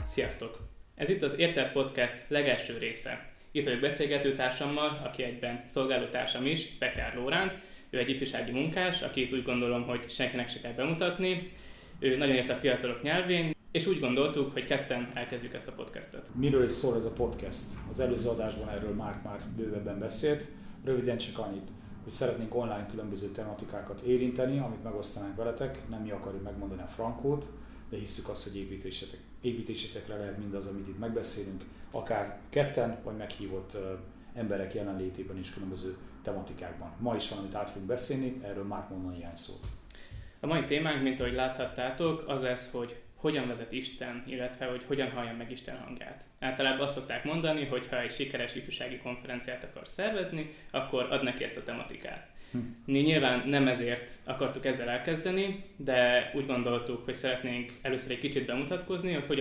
Sziasztok! Ez itt az Érted Podcast legelső része. Itt vagyok beszélgetőtársammal, aki egyben szolgálótársam is, Petyár Lóránt. Ő egy ifjúsági munkás, akit úgy gondolom, hogy senkinek se kell bemutatni. Ő nagyon ért a fiatalok nyelvén, és úgy gondoltuk, hogy ketten elkezdjük ezt a podcastot. Miről is szól ez a podcast? Az előző adásban erről Márk már bővebben beszélt. Röviden csak annyit, hogy szeretnénk online különböző tematikákat érinteni, amit megosztanánk veletek. Nem mi akarjuk megmondani a frankót, de hisszük azt, hogy építésetekre lehet mindaz, amit itt megbeszélünk, akár ketten, vagy meghívott emberek jelenlétében is különböző tematikákban. Ma is valamit át fogunk beszélni, erről már mondani néhány szót. A mai témánk, mint ahogy láthattátok, az lesz, hogy hogyan vezet Isten, illetve hogy hogyan hallja meg Isten hangját. Általában azt szokták mondani, hogy ha egy sikeres ifjúsági konferenciát akar szervezni, akkor ad neki ezt a tematikát. Mi nyilván nem ezért akartuk ezzel elkezdeni, de úgy gondoltuk, hogy szeretnénk először egy kicsit bemutatkozni, hogy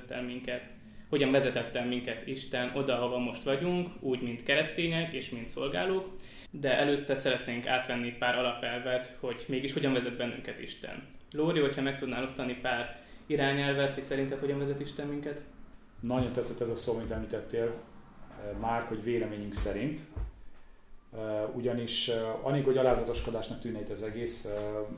hogyan vezetett el minket Isten oda, ahova most vagyunk, úgy, mint keresztények és mint szolgálók, de előtte szeretnénk átvenni pár alapelvet, hogy mégis hogyan vezet bennünket Isten. Lóri, hogyha meg tudnál osztani pár irányelvet, hogy szerinted hogyan vezet Isten minket? Nagyon tetszett ez a szó, amit említettél, Márk, hogy véleményünk szerint. Ugyanis anélkül, hogy alázatoskodásnak tűnne itt az egész,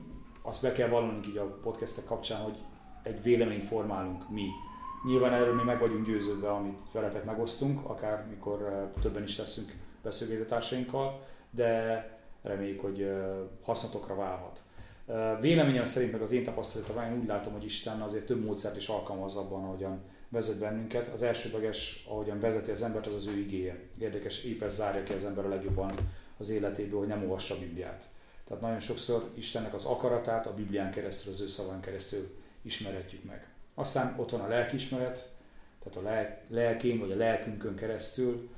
azt be kell vallanunk így a podcastek kapcsán, hogy egy véleményt formálunk mi. Nyilván erről mi meg vagyunk győződve, amit veletek megosztunk, akár mikor többen is leszünk beszélgetőtársainkkal, de reméljük, hogy hasznotokra válhat. Véleményem szerint, meg az én tapasztalatom, úgy látom, hogy Isten azért több módszert is alkalmaz abban, ahogyan vezet bennünket. Az elsődleges, ahogyan vezeti az embert, az az ő igéje. Érdekes, épp ez zárja ki az ember a legjobban az életéből, hogy nem olvassa a Bibliát. Tehát nagyon sokszor Istennek az akaratát a Biblián keresztül, az ő szaván keresztül ismerhetjük meg. Aztán ott van a lelkiismeret, tehát a lelkén vagy a lelkünkön keresztül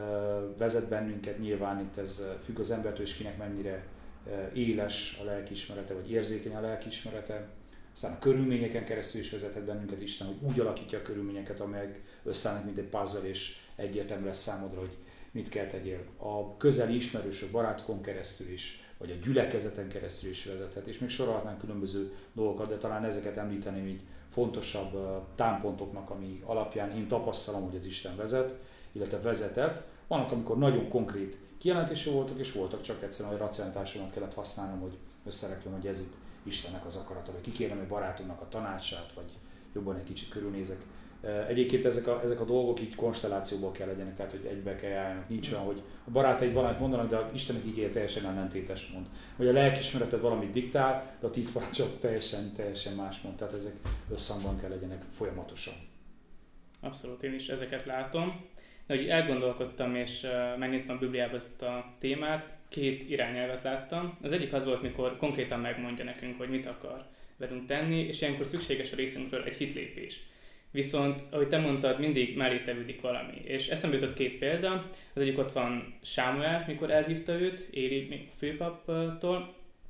vezet bennünket. Nyilván itt ez függ az embertől, és kinek mennyire éles a lelkiismerete, vagy érzékeny a lelkiismerete. Aztán a körülményeken keresztül is vezethet bennünket Isten, hogy úgy alakítja a körülményeket, amelyek összeállnak, mint egy puzzle, és egyértelmű lesz számodra, hogy mit kell tegyél. A közeli ismerősök, barátokon keresztül is, vagy a gyülekezeten keresztül is vezethet, és még sorolhatnánk különböző dolgokat, de talán ezeket említeném így fontosabb támpontoknak, ami alapján én tapasztalom, hogy az Isten vezet, illetve vezetett. Vannak, amikor nagyon konkrét kijelentések voltak, és voltak, csak egyszerűen, hogy racionalitásomat kellett használnom, hogy összerakjam, hogy ez itt Istennek az akarata, vagy kikérem egy barátomnak a tanácsát, vagy jobban egy kicsit körülnézek. Egyébként ezek a dolgok így konstellációból kell legyenek, tehát hogy egybe kell járjanak. Nincs olyan, hogy a barátaid valamit mondanak, de Istennek igéje teljesen ellentétes mond. Vagy a lelkiismereted valamit diktál, de a 10 parancsot teljesen más mond. Tehát ezek összhangban kell legyenek folyamatosan. Abszolút, én is ezeket látom. De hogy elgondolkodtam és megnéztem a Bibliában ezt a témát, 2 irányelvet láttam. Az egyik az volt, mikor konkrétan megmondja nekünk, hogy mit akar velünk tenni, és ilyenkor szükséges a részünkről egy hitlépés. Viszont, ahogy te mondtad, mindig mellé tevődik valami. És eszembe jutott 2 példa. Az egyik ott van Sámuel, mikor elhívta őt, Éli főpaptól,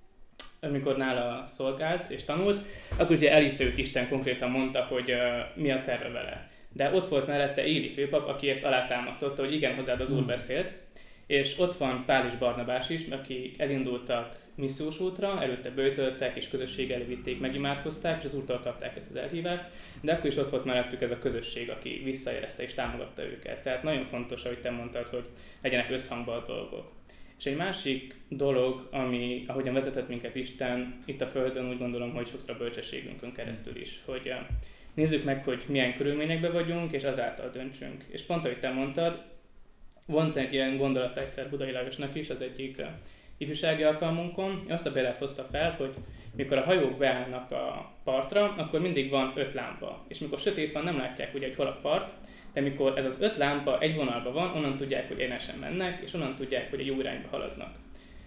amikor nála szolgált és tanult, akkor ugye elhívta őt Isten, konkrétan mondta, hogy mi a terve vele. De ott volt mellette Éli főpap, aki ezt alátámasztotta, hogy igen, hozzád az Úr beszélt. És ott van Pál és Barnabás is, akik elindultak missziós útra, előtte böjtöltek és közösség elé vitték, megimádkozták, és az Úrtól kapták ezt az elhívást. De akkor is ott volt mellettük ez a közösség, aki visszaérezte és támogatta őket. Tehát nagyon fontos, ahogy te mondtad, hogy legyenek összhangban a dolgok. És egy másik dolog, ami ahogyan vezetett minket Isten itt a Földön, úgy gondolom, hogy sokszor a bölcsességünkön keresztül is, hogy nézzük meg, hogy milyen körülményekben vagyunk, és azáltal döntsünk. És pont ahogy te mondtad, volt egy ilyen gondolata egyszer Budai Lajosnak is az egyik ifjúsági alkalmunkon. Azt a példát hozta fel, hogy mikor a hajók beállnak a partra, akkor mindig van 5 lámpa. És mikor sötét van, nem látják ugye, hogy hol a part, de mikor ez az 5 lámpa egy vonalban van, onnan tudják, hogy egyenesen mennek, és onnan tudják, hogy a jó irányba haladnak.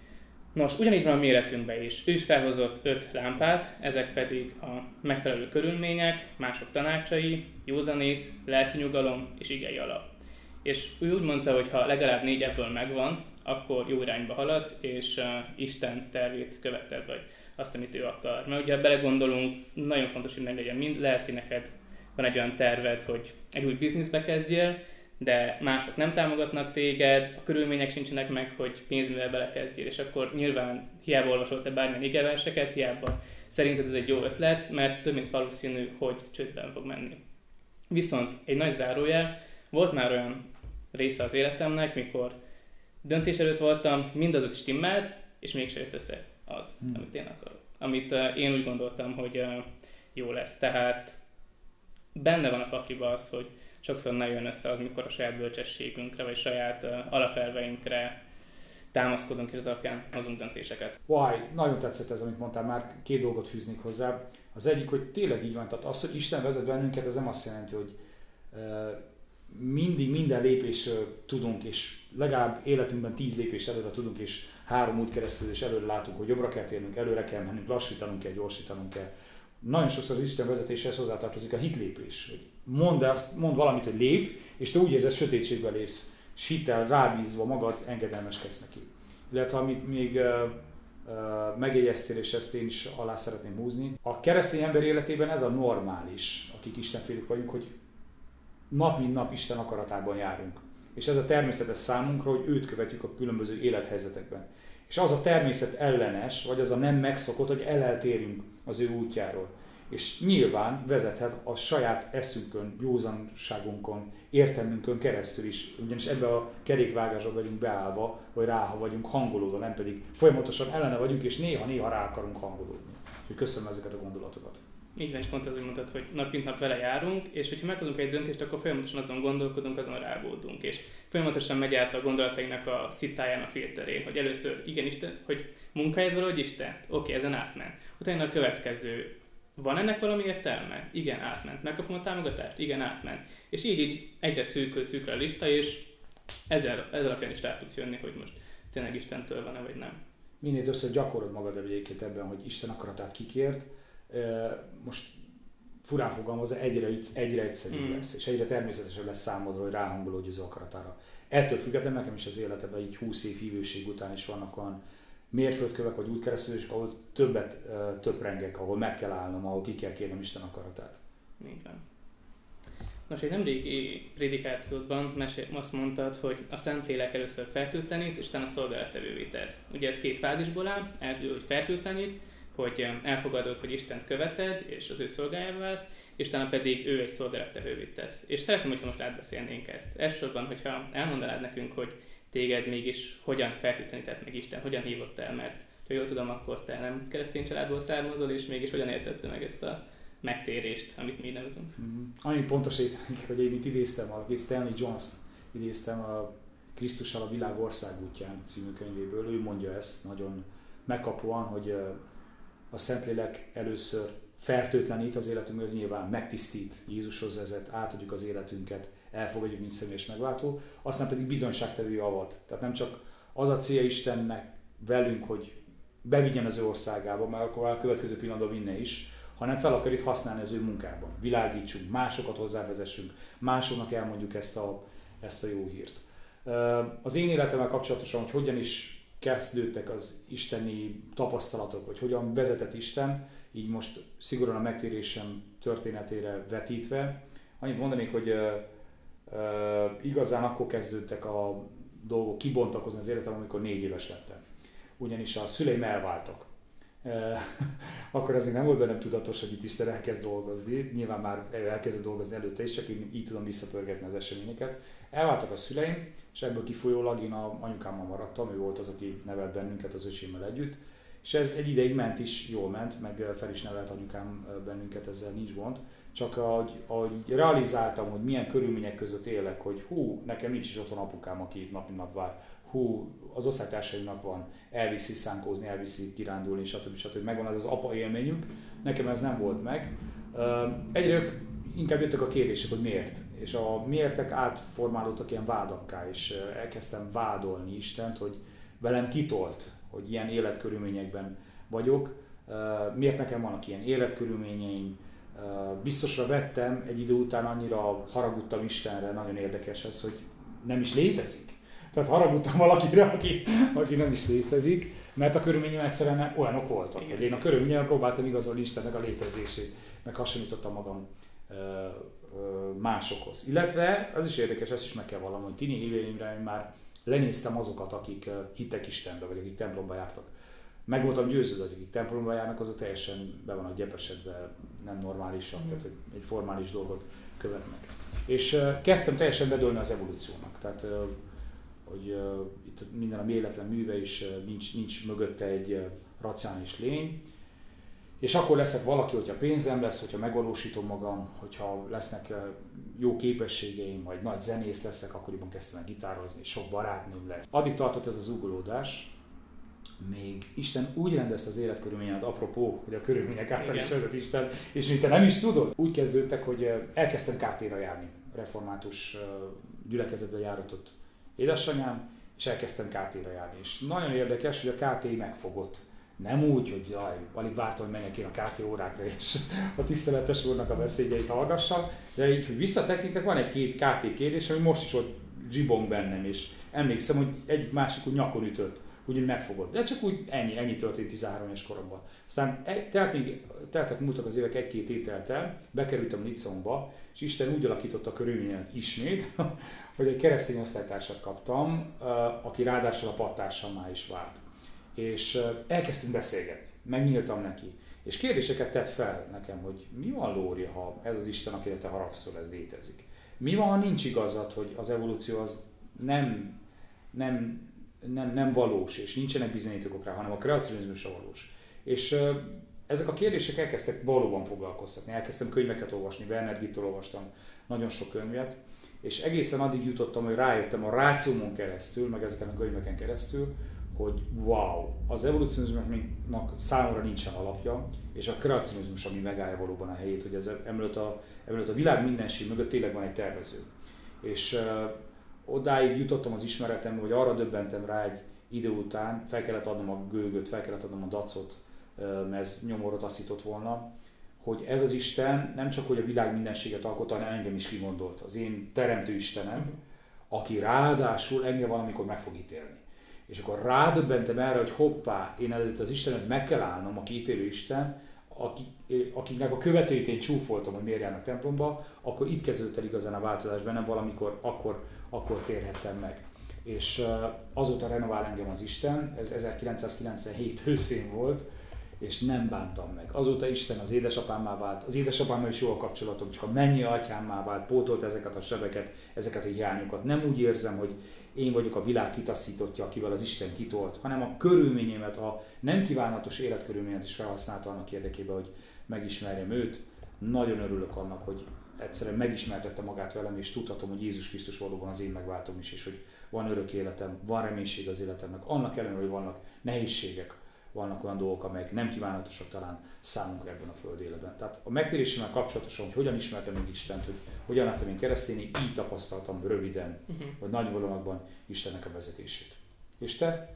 Nos, ugyanígy van a méretünkben is. Ő is felhozott 5 lámpát, ezek pedig a megfelelő körülmények, mások tanácsai, józanész, lelki nyugalom és igei alap. És ő úgy mondta, hogy ha legalább 4 ebből megvan, akkor jó irányba haladsz, és Isten tervét követed, vagy azt, amit ő akar. Mert ugye, ha belegondolunk, nagyon fontos, hogy meglegyen mind. Lehet, hogy neked van egy olyan terved, hogy egy új bizniszbe kezdjél, de mások nem támogatnak téged, a körülmények sincsenek meg, hogy pénzművel belekezdjél, és akkor nyilván hiába olvasol te bármilyen igeverseket, hiába szerinted ez egy jó ötlet, mert több mint valószínű, hogy csődben fog menni. Viszont egy nagy zárójel, volt már olyan része az életemnek, mikor döntés előtt voltam, mindazot stimmelt, és mégsem jött össze az, amit én akarok. Amit én úgy gondoltam, hogy jó lesz. Tehát benne van a pakliba az, hogy sokszor ne jön össze az, mikor a saját bölcsességünkre, vagy saját alapelveinkre támaszkodunk, és az alapján hozunk döntéseket. Nagyon tetszett ez, amit mondtál, már 2 dolgot fűznék hozzá. Az egyik, hogy tényleg így van, tehát az, hogy Isten vezet bennünket, ez nem azt jelenti, hogy mindig minden lépésről tudunk, és legalább életünkben 10 lépés előre tudunk, és 3 út keresztül, és előre látunk, hogy jobbra kell térnünk, előre kell mennünk, lassítanunk kell, gyorsítanunk kell. Nagyon sokszor az Isten vezetéshez hozzátartozik a hitlépés. Mond valamit, hogy lép, és te úgy érzed, sötétségbe lépsz, és hittel rábízva magad engedelmeskedsz neki. Illetve amit még megjegyeztél, és ezt én is alá szeretném húzni. A keresztény ember életében ez a normális, akik istenfélők vagyunk, hogy nap mint nap Isten akaratában járunk. És ez a természetes számunkra, hogy őt követjük a különböző élethelyzetekben. És az a természet ellenes, vagy az a nem megszokott, hogy eltérünk az ő útjáról. És nyilván vezethet a saját eszünkön, józanságunkon, értelmünkön keresztül is. Ugyanis ebbe a kerékvágásba vagyunk beállva, vagy rá vagyunk hangolódva, nem pedig folyamatosan ellene vagyunk, és néha rá akarunk hangolódni. Úgyhogy köszönöm ezeket a gondolatokat. Így van, és pont ez, hogy mondtad, hogy nap mint nap vele járunk, és hogyha meghozunk egy döntést, akkor folyamatosan azon gondolkodunk, azon rágódunk, és folyamatosan megy át a gondolatainknak a szitáján, a filterén, hogy először igen Isten, hogy munka ez valahogy Isten? Oké, ezen átment. Utána a következő, van ennek valami értelme? Igen, átment. Megkapom a támogatást? Igen, átment. És így egyre szűkül a lista, és ezzel alapján is rá tudsz jönni, hogy most tényleg Istentől van-e, vagy nem. Minél többször gyakorod magad egyébként ebben, hogy Isten akaratát kikért, most furán fogalmazva egyre egyszerűbb lesz, és egyre természetesebb lesz számodra, hogy ráhangolódj az akaratára. Ettől függetlenül nekem is az életemben így 20 év hívőség után is vannak olyan mérföldkövek vagy útkeresztezések, ahol töprengek, ahol meg kell állnom, ahol ki kell kérnem Isten akaratát. Igen. Nos, egy nemrégi prédikációdban azt mondtad, hogy a Szentlélek először fertőtlenít, és utána szolgálattevővé tesz. Ugye ez 2 fázisból áll, első, hogy fertőtlenít, hogy elfogadod, hogy Istent követed, és az ő szolgájává válsz, és utána pedig ő egy szolgálattevővé tesz. És szeretném, hogyha most átbeszélnénk ezt. Elsősorban, hogyha elmondanád nekünk, hogy téged mégis hogyan fertőtlenített meg Isten, hogyan hívott el, mert ha jól tudom, akkor te nem keresztény családból származol, és mégis hogyan értette meg ezt a megtérést, amit mi nevezünk. Annyi pontosítanék, hogy én itt idéztem, Stanley Jones-t idéztem a Krisztussal a világ országútján című könyvéből. Ő mondja ezt nagyon megkapóan, hogy a Szentlélek először fertőtlenít az életünkben, ez nyilván megtisztít, Jézushoz vezet, átadjuk az életünket, elfogadjuk, mint személyes megváltó, aztán pedig bizonyságtevő avat. Tehát nem csak az a célja Istennek velünk, hogy bevigyen az ő országába, mert akkor a következő pillanatban vinne is, hanem fel akar itt használni az ő munkában. Világítsunk, másokat hozzávezessünk, másoknak elmondjuk ezt a jó hírt. Az én életemmel kapcsolatosan, hogy hogyan is kezdődtek az isteni tapasztalatok, hogy hogyan vezetett Isten, így most szigorúan a megtérésem történetére vetítve. Annyit mondanék, hogy igazán akkor kezdődtek a dolgok kibontakozni az életem, amikor 4 éves lettem. Ugyanis a szüleim elváltak. Akkor azért nem volt bennem tudatos, hogy itt Isten elkezd dolgozni. Nyilván már elkezdett dolgozni előtte is, csak így tudom visszapörgetni az eseményeket. Elváltak a szüleim, és ebből kifolyólag én anyukámmal maradtam, ő volt az, aki nevelt bennünket az öcsémmel együtt. És ez egy ideig ment is, jól ment, meg fel is nevelt anyukám bennünket, ezzel nincs gond. Csak ahogy realizáltam, hogy milyen körülmények között élek, hogy nekem nincs is otthon apukám, aki nap mint nap vár. Az osztálytársaimnak van, elviszi szánkózni, elviszi kirándulni, stb. Megvan az apa élményünk, nekem ez nem volt meg. Egyre inkább jöttek a kérdések, hogy miért. És a miértek átformálódtak ilyen vádakká, és elkezdtem vádolni Istent, hogy velem kitolt, hogy ilyen életkörülményekben vagyok. Miért nekem vannak ilyen életkörülményeim? Biztosra vettem, egy idő után annyira haragudtam Istenre, nagyon érdekes ez, hogy nem is létezik. Tehát haragudtam valakire, aki nem is létezik, mert a körülményem egyszerűen olyanok voltak. Hogy én a körülményemben próbáltam igazolni Istennek a létezését, meg hasonlítottam magam másokhoz. Illetve, az is érdekes, ezt is meg kell vallanom, hogy tini éveimre már lenéztem azokat, akik hittek Istenbe, vagy akik templomba jártak. meg voltam győződve, hogy akik templomba járnak, azok teljesen be vannak gyepesedve, nem normálisak, tehát egy formális dolgot követnek. És kezdtem teljesen bedőlni az evolúciónak, tehát hogy itt minden a méletlen műve is, nincs mögötte egy racionális lény, és akkor leszek valaki, hogyha pénzem lesz, hogyha megvalósítom magam, hogyha lesznek jó képességeim, vagy nagy zenész leszek, akkoriban kezdtem el gitározni, sok barátnőm lesz. Addig tartott ez az ugolódás, még Isten úgy rendezte az életkörülményeket, apropó, hogy a körülmények által is vezet Isten, és mint te nem is tudod, úgy kezdődtek, hogy elkezdtem KT-ra járni, református gyülekezetbe járatott édesanyám, és elkezdtem KT-ra járni. És nagyon érdekes, hogy a KT megfogott. Nem úgy, hogy jaj, alig vártam, hogy menjek én a KT órákra, és a tiszteletes úrnak a beszédjeit hallgassam, de így, hogy visszatekintek, van egy-két KT kérdés, ami most is ott zsibong bennem, és emlékszem, hogy egyik másik úgy nyakon ütött, úgyhogy megfogott. De csak úgy ennyi történt 13 éves koromban. Aztán teltek múltak az évek, egy-két év telt el, bekerültem Liceumba, és Isten úgy alakította a körülményemet ismét, hogy egy keresztény osztálytársat kaptam, aki ráadásul a pattársammá is vált. És elkezdtünk beszélgetni, megnyíltam neki, és kérdéseket tett fel nekem, hogy mi van, Lóri, ha ez az Isten, akire te haragszol, ez létezik? Mi van, ha nincs igazad, hogy az evolúció az nem valós, és nincsenek bizonyítékok rá, hanem a kreacionizmus a valós. És ezek a kérdések elkezdtek valóban foglalkoztatni. Elkezdtem könyveket olvasni, Werner Gittől olvastam nagyon sok könyvet, és egészen addig jutottam, hogy rájöttem a rációmon keresztül, meg ezeken a könyveken keresztül, hogy wow, az evolúcionizmusnak számomra nincsen alapja, és a kreacionizmus, ami megállja valóban a helyét, hogy emellett a világ mindenség mögött tényleg van egy tervező. És odáig jutottam az ismeretembe, vagy arra döbbentem rá egy idő után, fel kellett adnom a gőgöt, fel kellett adnom a dacot, mert ez nyomorot taszított volna, hogy ez az Isten nem csak hogy a világ mindenséget alkotta, hanem engem is kigondolt. Az én teremtő Istenem, aki ráadásul engem valamikor meg fog ítélni. És akkor rádöbbentem erre, hogy hoppá, én előtt az Istenet meg kell állnom, aki ítélő Isten, akiknek a követőit én csúfoltam, hogy miért járnak templomba, akkor itt kezdődött el igazán a változás bennem, valamikor akkor térhettem meg. És azóta renovál engem az Isten, ez 1997 őszén volt, és nem bántam meg. Azóta Isten az édesapámmá vált, az édesapámmal is jó a kapcsolatom, csak a mennyi atyámmá vált, pótolt ezeket a sebeket, ezeket a hiányokat. Nem úgy érzem, hogy én vagyok a világ kitaszítottja, akivel az Isten kitolt, hanem a körülményemet, a nem kívánatos életkörülményet is felhasználta annak érdekében, hogy megismerjem őt. Nagyon örülök annak, hogy egyszerűen megismertette magát velem, és tudhatom, hogy Jézus Krisztus valóban az én megváltom is, és hogy van örök életem, van reménység az életemnek. Annak ellenére, hogy vannak nehézségek, vannak olyan dolgok, amelyek nem kívánatosak talán számunkra ebben a föld életben. Tehát a megtérésémmel kapcsolatosan, hogy hogyan ismertem meg Istent, hogy hogyan láttam én keresztényi, így tapasztaltam röviden, vagy nagy vonalakban Istennek a vezetését. És te?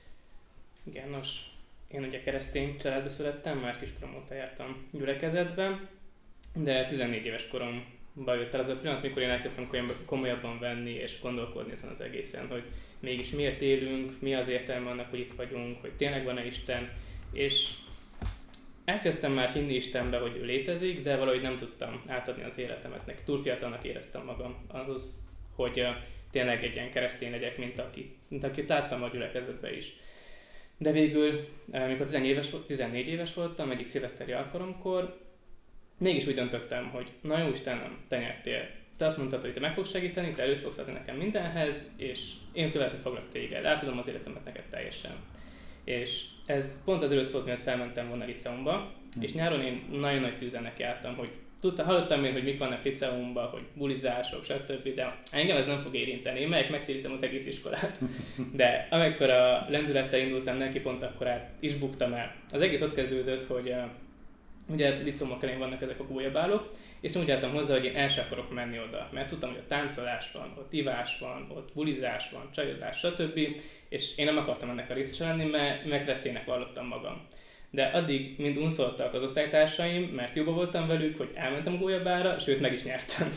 Igen, nos, én ugye keresztény családba születtem, már kiskorom óta jártam gyülekezetben, de 14 éves koromban jött el az a pillanat, mikor én elkezdtem komolyabban venni és gondolkodni ezen az egészen, hogy mégis miért élünk, mi az értelme annak, hogy itt vagyunk, hogy tényleg van-e Isten, és elkezdtem már hinni Istenbe, hogy ő létezik, de valahogy nem tudtam átadni az életemet neki. Túl fiatalnak éreztem magam ahhoz, hogy tényleg egy ilyen keresztény legyek, mint akit láttam a gyülekezetben is. De végül, amikor 14 éves voltam, egyik szilveszteri alkalomkor, mégis úgy döntöttem, hogy na jó Istenem, te nyertél. Te azt mondtad, hogy te meg fogsz segíteni, te előtt fogsz adni nekem mindenhez, és én követni foglak téged, átadom az életemet neked teljesen. És ez pont az előtt volt, miatt felmentem volna Liceumba, és nyáron én nagyon nagy tűzen nekiálltam, hogy hallottam én, hogy mik vannak Liceumban, hogy bulizások, stb., de engem ez nem fog érinteni, én megyek, megtérítem az egész iskolát. De amikor a lendületre indultam neki, pont akkor át is buktam el. Az egész ott kezdődött, hogy ugye Liceumok elején vannak ezek a gólyabálok, és úgy álltam hozzá, hogy én el sem akarok menni oda, mert tudtam, hogy a táncolás van, ott ivás van, ott bulizás van, csajozás, stb. És én nem akartam ennek a részese lenni, mert kereszténynek vallottam magam. De addig mind unszoltak az osztálytársaim, mert jóba voltam velük, hogy elmentem gólyabára, sőt meg is nyertem.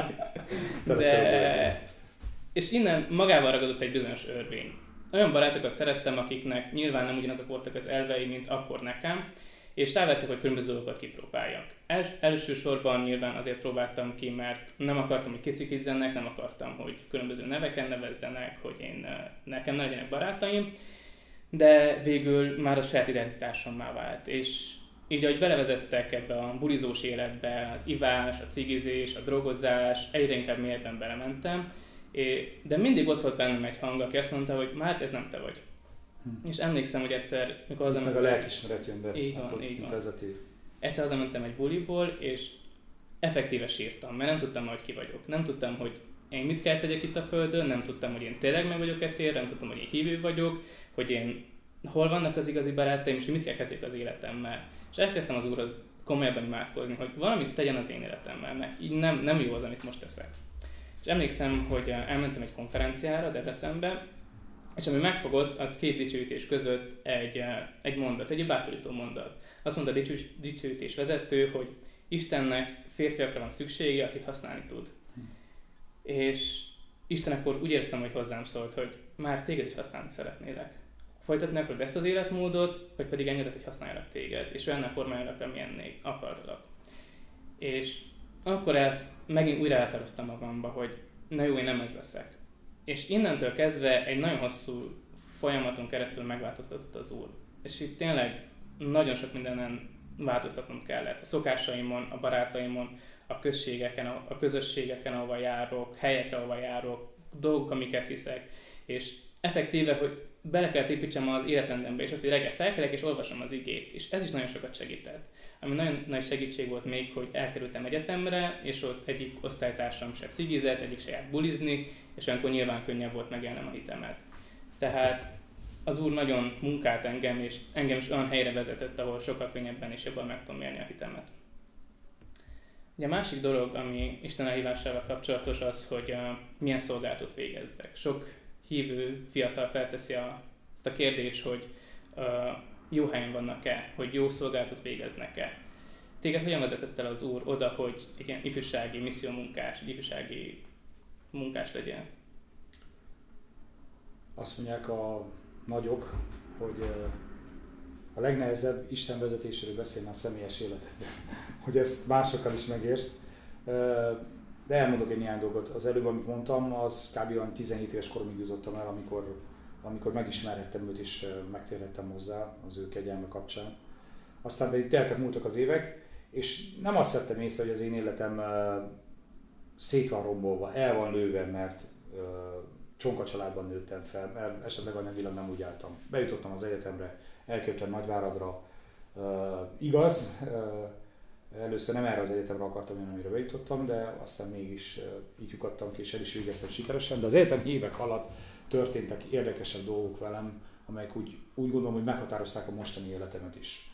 És innen magával ragadott egy bizonyos örvény. Olyan barátokat szereztem, akiknek nyilván nem ugyanazok voltak az elvei, mint akkor nekem, és rávettek, hogy különböző dolgokat kipróbáljak. Elsősorban nyilván azért próbáltam ki, mert nem akartam, hogy kicikizzenek, nem akartam, hogy különböző neveken nevezzenek, hogy nekem ne legyenek barátaim, de végül már a saját identitásommá vált, és így, ahogy belevezettek ebbe a bulizós életbe, az ivás, a cigizés, a drogozás, egyre inkább mélyebben belementem, de mindig ott volt bennem egy hang, aki azt mondta, hogy már ez nem te vagy. És emlékszem, hogy egyszer, mikor hazamentem... Meg a lelkismeret jön be. Így van, így van. Vezető. Egyszer hazamentem egy buliból, és effektíve sírtam, mert nem tudtam, hogy ki vagyok. Nem tudtam, hogy én mit kell tegyek itt a földön, nem tudtam, hogy én tényleg meg vagyok térre, nem tudtam, hogy én hívő vagyok, hogy én hol vannak az igazi barátaim, és hogy mit kell kezdjek az életemmel. És elkezdtem az Úrhoz komolyabban imádkozni, hogy valamit tegyen az én életemmel, mert így nem jó az, amit most teszek. És emlékszem, hogy elmentem egy konferenciára Debrecenbe, és ami megfogott, az 2 dicsőítés között egy mondat, egy bátorító mondat. Azt mondta a dicsőítés vezető, hogy Istennek férfiakra van szüksége, akit használni tud. És Isten akkor úgy éreztem, hogy hozzám szólt, hogy már téged is használni szeretnélek. Folytatni akarod ezt az életmódot, vagy pedig engeded, hogy használjalak téged, és olyan formáljalak, amilyenné akarlak. És akkor megint újra elhatároztam magamba, hogy na jó, én nem ez leszek. És innentől kezdve egy nagyon hosszú folyamaton keresztül megváltoztatott az Úr. És itt tényleg nagyon sok mindenen változtatnom kellett. A szokásaimon, a barátaimon, a községeken, a közösségeken, ahova járok, helyekre, ahova járok, dolgok, amiket hiszek. És effektíve, hogy bele kellett építsem az életrendembe, és az, hogy reggel felkelek és olvasom az igét. És ez is nagyon sokat segített. Ami nagyon nagy segítség volt még, hogy elkerültem egyetemre, és ott egyik osztálytársam se cigizett, egyik se járt bulizni, és olyankor nyilván könnyebb volt megélnem a hitemet. Tehát az Úr nagyon munkált engem, és engem is olyan helyre vezetett, ahol sokkal könnyebben és jobban meg tudom élni a hitemet. Ugye a másik dolog, ami Isten elhívásával kapcsolatos, az, hogy milyen szolgálatot végezzek. Sok hívő fiatal felteszi azt a kérdést, hogy jó helyen vannak-e, hogy jó szolgálatot végeznek-e. Téged hogyan vezetett el az Úr oda, hogy egy ilyen ifjúsági missziómunkás, egy ifjúsági munkás legyen? Azt mondják a nagyok, hogy a legnehezebb Isten vezetéséről beszélni a személyes életedben, hogy ezt másokkal is megértsd. De elmondok egy néhány dolgot. Az előbb, amit mondtam, az kb. Olyan 17 éves koromig jutottam el, amikor megismerhettem őt és megtérhettem hozzá az ő kegyelme kapcsán. Aztán pedig teltek múltak az évek, és nem azt vettem észre, hogy az én életem szét van rombolva, el van lőve, mert csonka családban nőttem fel, mert esetleg anyagilag nem úgy álltam. Bejutottam az egyetemre, elköltöttem Nagyváradra. Igaz, először nem erre az egyetemre akartam jönni, amire bejutottam, de aztán mégis így lyukadtam ki, és el is végeztem sikeresen. De az egyetem évek alatt történtek érdekesebb dolgok velem, amelyek úgy gondolom, hogy meghatározták a mostani életemet is.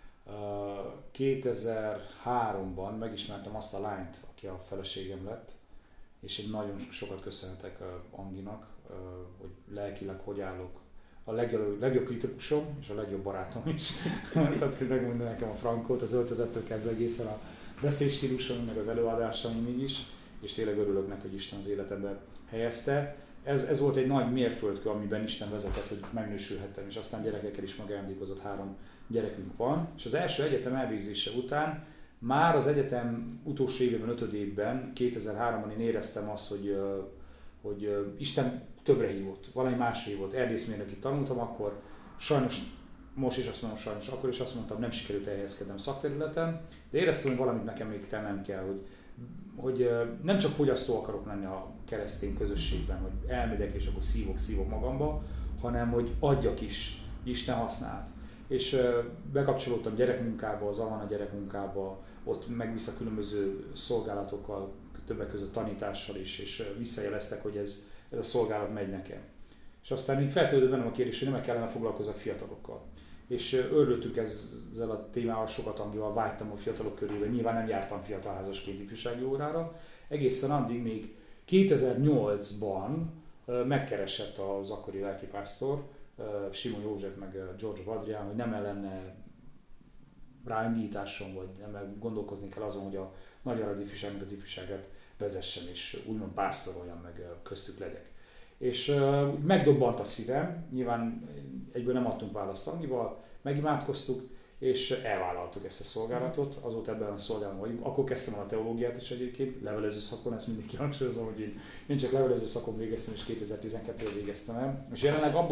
2003-ban megismertem azt a lányt, aki a feleségem lett, és én nagyon sokat köszönhetek Anginak, hogy lelkileg hogy állok. A legjobb kritikusom és a legjobb barátom is. Tehát, hogy megmondja nekem a frankót, az öltözettől kezdve egészen a beszédstílusom, meg az előadásaimig is, és tényleg örülök neki, hogy Isten az életembe helyezte. Ez volt egy nagy mérföldkő, amiben Isten vezetett, hogy megnősülhettem, és aztán gyerekekkel is megajándékozott, 3 gyerekünk van. És az első egyetem elvégzése után már az egyetem utolsó évben, 5. évben, 2003-ban én éreztem azt, hogy Isten többre hívott, valami másra hívott. Erdészmérnökig tanultam akkor, sajnos, most is azt mondom sajnos, akkor is azt mondtam, nem sikerült elhelyezkednem szakterületen, de éreztem, hogy valamit nekem még tennem kell, hogy nem csak fogyasztó akarok lenni a keresztény közösségben, hogy elmegyek és akkor szívok magamba, hanem hogy adjak is, Isten használt. És bekapcsolódtam gyerekmunkába, az Alana gyerekmunkába, ott megvisz a különböző szolgálatokkal, többek között tanítással is, és visszajeleztek, hogy ez a szolgálat megy nekem. És aztán így feltődött bennem a kérdés, hogy nem kellene foglalkozzak fiatalokkal. És örültünk ezzel a témával sokat, Angival vágytam a fiatalok körében, nyilván nem jártam fiatalházasként ifjúsági órára, egészen addig még 2008-ban megkeresett az akkori lelkipásztor, Simon József meg George Adrián, hogy nem lenne ráindításom, vagy nem gondolkozni kell azon, hogy a Nagyvárad ifjúságnak az ifjúságát vezessem, és úgymond pásztoroljam, meg köztük legyek. És megdobbant a szívem, nyilván egyből nem adtunk választ Angival, megimádkoztuk, és elvállaltuk ezt a szolgálatot, azóta ebben a szolgálatban vagyunk. Akkor kezdtem el a teológiát is egyébként, levelező szakon, ezt mindig kihangsúlyozom, hogy én csak levelező szakon végeztem, és 2012-ben végeztem el. És jelenleg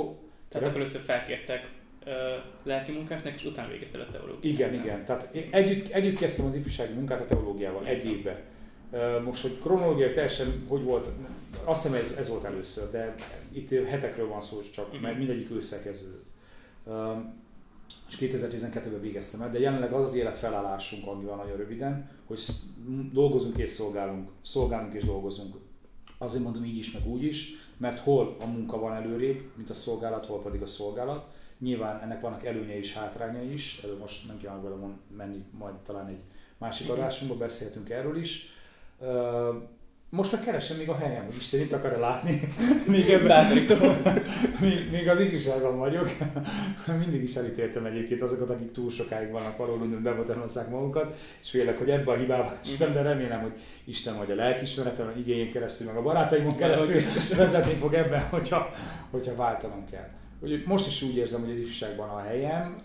Tehát akkor először felkértek lelki munkásnak, és utána végeztél a teológiát. Igen. Tehát én együtt kezdtem az ifjúsági munkát a teológiával, egy évben. Most, hogy kronológiai teljesen hogy volt, azt hiszem ez volt először, de itt hetekről van szó csak, mert mindegyik ősszel kezdődött. És 2012-ben végeztem el, de jelenleg az élet felállásunk, amivel nagyon röviden, hogy dolgozunk és szolgálunk és dolgozunk. Azért mondom így is, meg úgy is, mert hol a munka van előrébb, mint a szolgálat, hol pedig a szolgálat. Nyilván ennek vannak előnyei és hátrányai is, erről most nem kell vele menni, majd talán egy másik adásunkban beszélhetünk erről is. Most meg keresem még a helyem, hogy Isten itt akar látni, még az ifjúságban vagyok. Mindig is elítéltem egyébként azokat, akik túl sokáig vannak valóban, bebotelnozzák magukat, és félek, hogy ebbe a hibába Isten, de remélem, hogy Isten vagy a lelkiismeretem, igényén keresztül, meg a barátaimon keresztül vezetni fog ebben, hogyha váltanom kell. Most is úgy érzem, hogy az ifjúságban a helyem,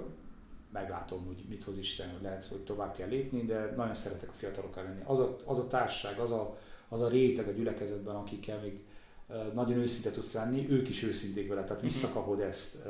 meglátom, hogy mit hoz Isten, hogy lehet, hogy tovább kell lépni, de nagyon szeretek a fiatalokkal lenni. Az a társaság, az a réteg a gyülekezetben, akikkel még nagyon őszinte tudsz lenni, ők is őszinték vele, tehát visszakapod ezt.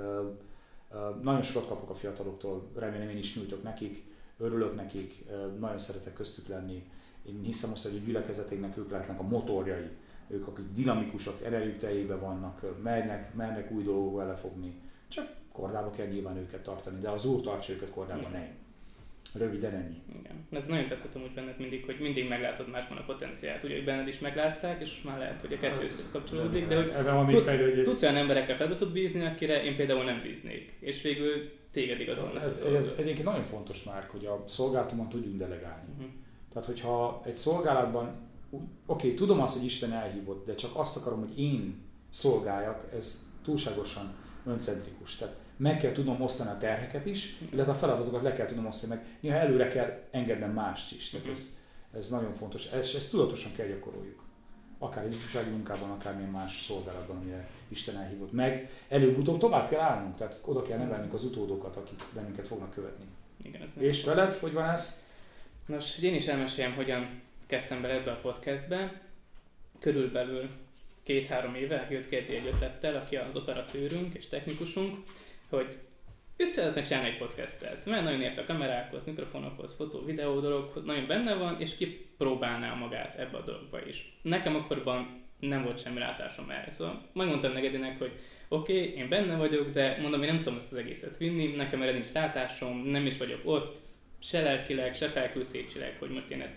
Nagyon sokat kapok a fiataloktól, remélem én is nyújtok nekik, örülök nekik, nagyon szeretek köztük lenni. Én hiszem azt, hogy a gyülekezetének ők lehetnek a motorjai, ők, akik dinamikusak, erejük teljében vannak, mernek új dolgokba elefogni. Csak kordába kell nyilván őket tartani, de az Úr tartsa őket kordában, ne. Röviden ennyi. Igen. Ez nagyon tetszett amúgy benned mindig, hogy mindig meglátod másban a potenciált. Ugye, hogy benned is meglátták, és már lehet, hogy a kettő összekapcsolódik, de hogy tudsz olyan emberekkel fel tud bízni, akire én például nem bíznék. És végül téged igazolnak. Ez egyébként nagyon fontos már, hogy a szolgálatomon tudjunk delegálni. Tehát, hogyha egy szolgálatban, oké, tudom azt, hogy Isten elhívott, de csak azt akarom, hogy én szolgáljak, ez túlságosan öncentrikus. Tehát meg kell tudnom osztani a terheket is, illetve a feladatokat le kell tudnom osztani, meg néha előre kell engednem mást is. Tehát ez nagyon fontos. Ezt tudatosan kell gyakoroljuk. Akár egy ifjúsági munkában, akármilyen más szolgálatban, amire Isten elhívott meg. Előbb-utóbb tovább kell állnunk, tehát oda kell nevelnünk az utódokat, akik bennünket fognak követni. Igen, és veled, hogy van ez? Nos, én is elmeséljem, hogyan kezdtem bele ebbe a podcastbe. Körülbelül 2-3 éve jött Gerdi egy ötlettel, aki az operatőrünk és technikusunk, hogy szeretnek csinálni egy podcastet, mert nagyon ért a kamerákhoz, mikrofonokhoz, fotó, videó dolog, nagyon benne van, és kipróbálná magát ebbe a dologba is. Nekem akkorban nem volt semmi látásom erre, szóval megmondtam Negedinek, hogy oké, én benne vagyok, de mondom, én nem tudom ezt az egészet vinni, nekem erre nincs látásom, nem is vagyok ott, se lelkileg, se felkülszécsileg, hogy most én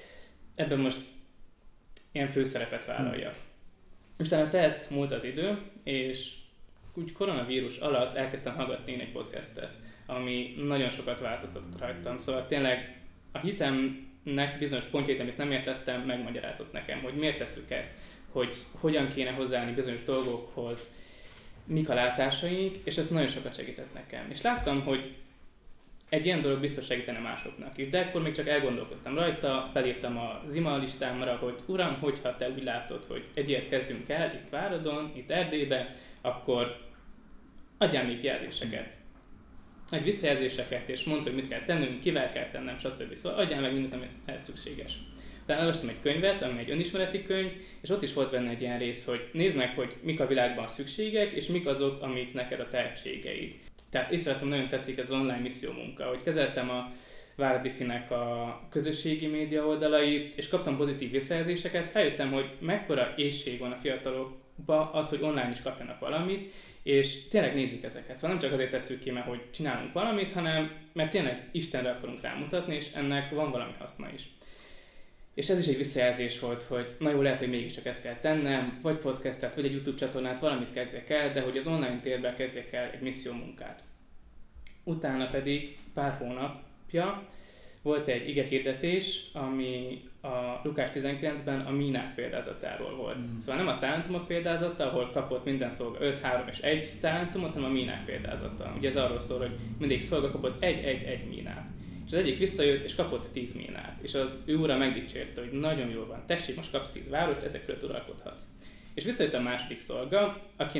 ebben most ilyen főszerepet vállaljak. Utána múlt az idő, és úgy koronavírus alatt elkezdtem hallgatni én egy podcastet, ami nagyon sokat változtatott rajtam. Szóval tényleg a hitemnek bizonyos pontjait, amit nem értettem, megmagyarázott nekem, hogy miért tesszük ezt, hogy hogyan kéne hozzáállni bizonyos dolgokhoz, mik a látásaink, és ez nagyon sokat segített nekem. És láttam, hogy egy ilyen dolog biztos segítene másoknak is, de akkor még csak elgondolkoztam rajta, felírtam az email listámra, hogy uram, hogyha te úgy látod, hogy egy ilyet kezdünk el itt Váradon, itt Erdélybe, akkor adjál még jelzéseket, egy visszajelzéseket, és mondd, hogy mit kell tennünk, kivel kell tennem, stb. Szóval adjál meg mindent, ami ehhez szükséges. Utána elolvastam egy könyvet, ami egy önismereti könyv, és ott is volt benne egy ilyen rész, hogy nézd meg, hogy mik a világban szükségek, és mik azok, amik neked a tehetségeid. Tehát észrevettem, nagyon tetszik ez az online misszió munka, hogy kezeltem a Váradifinek a közösségi média oldalait, és kaptam pozitív visszajelzéseket, rájöttem, hogy mekkora éhség van a fiatalokba az, hogy online is kapjanak valamit, és tényleg nézik ezeket. Szóval nem csak azért tesszük ki, mert hogy csinálunk valamit, hanem mert tényleg Istenre akarunk rámutatni, és ennek van valami haszna is. És ez is egy visszajelzés volt, hogy na jó, lehet, hogy mégiscsak ezt kell tennem, vagy podcastet, vagy egy YouTube csatornát, valamit kezdjek el, de hogy az online térben kezdjek el egy misszió munkát. Utána pedig pár hónapja volt egy igehirdetés, ami a Lukás 19-ben a mínák példázatáról volt. Szóval nem a talentumok példázata, ahol kapott minden szolga 5, 3 és 1 talentumot, hanem a mínák példázata. Ugye ez arról szól, hogy mindig szolga kapott egy mínát. És az egyik visszajött, és kapott 10 mínát. És az ő ura megdicsérte, hogy nagyon jól van, tessék, most kapsz 10 várost, ezekről uralkodhatsz. És visszajött a második szolga,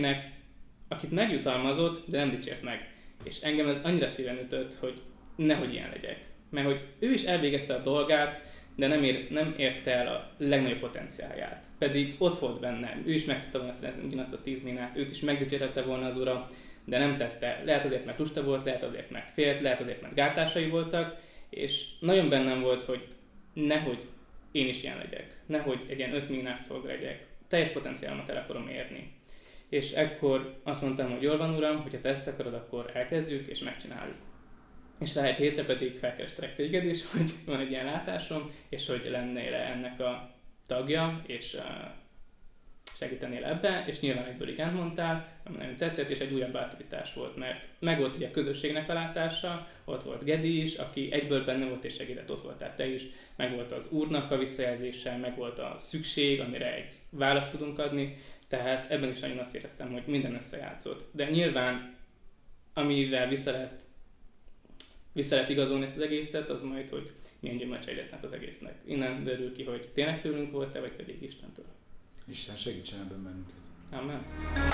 akit megjutalmazott, de nem dicsért meg. És engem ez annyira szíven ütött, hogy nehogy ilyen legyek. Mert hogy ő is elvégezte a dolgát, de nem érte el a legnagyobb potenciálját. Pedig ott volt benne, ő is meg tudta volna szerezni ugyanazt a 10 minát, őt is megdicsérhette volna az ura, de nem tette. Lehet azért, mert lusta volt, lehet azért, mert félt, lehet azért, mert gátlásai voltak, és nagyon bennem volt, hogy nehogy én is ilyen legyek, nehogy egy ilyen 5 minás szolga legyek, teljes potenciálomat el akarom érni. És ekkor azt mondtam, hogy jól van uram, hogyha te ezt akarod, akkor elkezdjük és megcsináljuk. És rá egy hétre pedig felkerestelek téged is, hogy van egy ilyen látásom, és hogy lennél ennek a tagja, és segítenél ebbe, és nyilván egyből igen mondtál, ami nagyon tetszett, és egy újabb bátorítás volt, mert meg volt ugye a közösségnek a látása, ott volt Gedi is, aki egyből benne volt és segített, ott voltál te is, meg volt az úrnak a visszajelzése, meg volt a szükség, amire egy választ tudunk adni, tehát ebben is nagyon azt éreztem, hogy minden összejátszott. De nyilván, amivel vissza lehet igazolni ezt az egészet, az majd, hogy milyen gyümölcsei lesznek az egésznek. Innen derül ki, hogy tényleg tőlünk volt-e, vagy pedig Istentől. Isten segítsen ebben bennünket. Amen.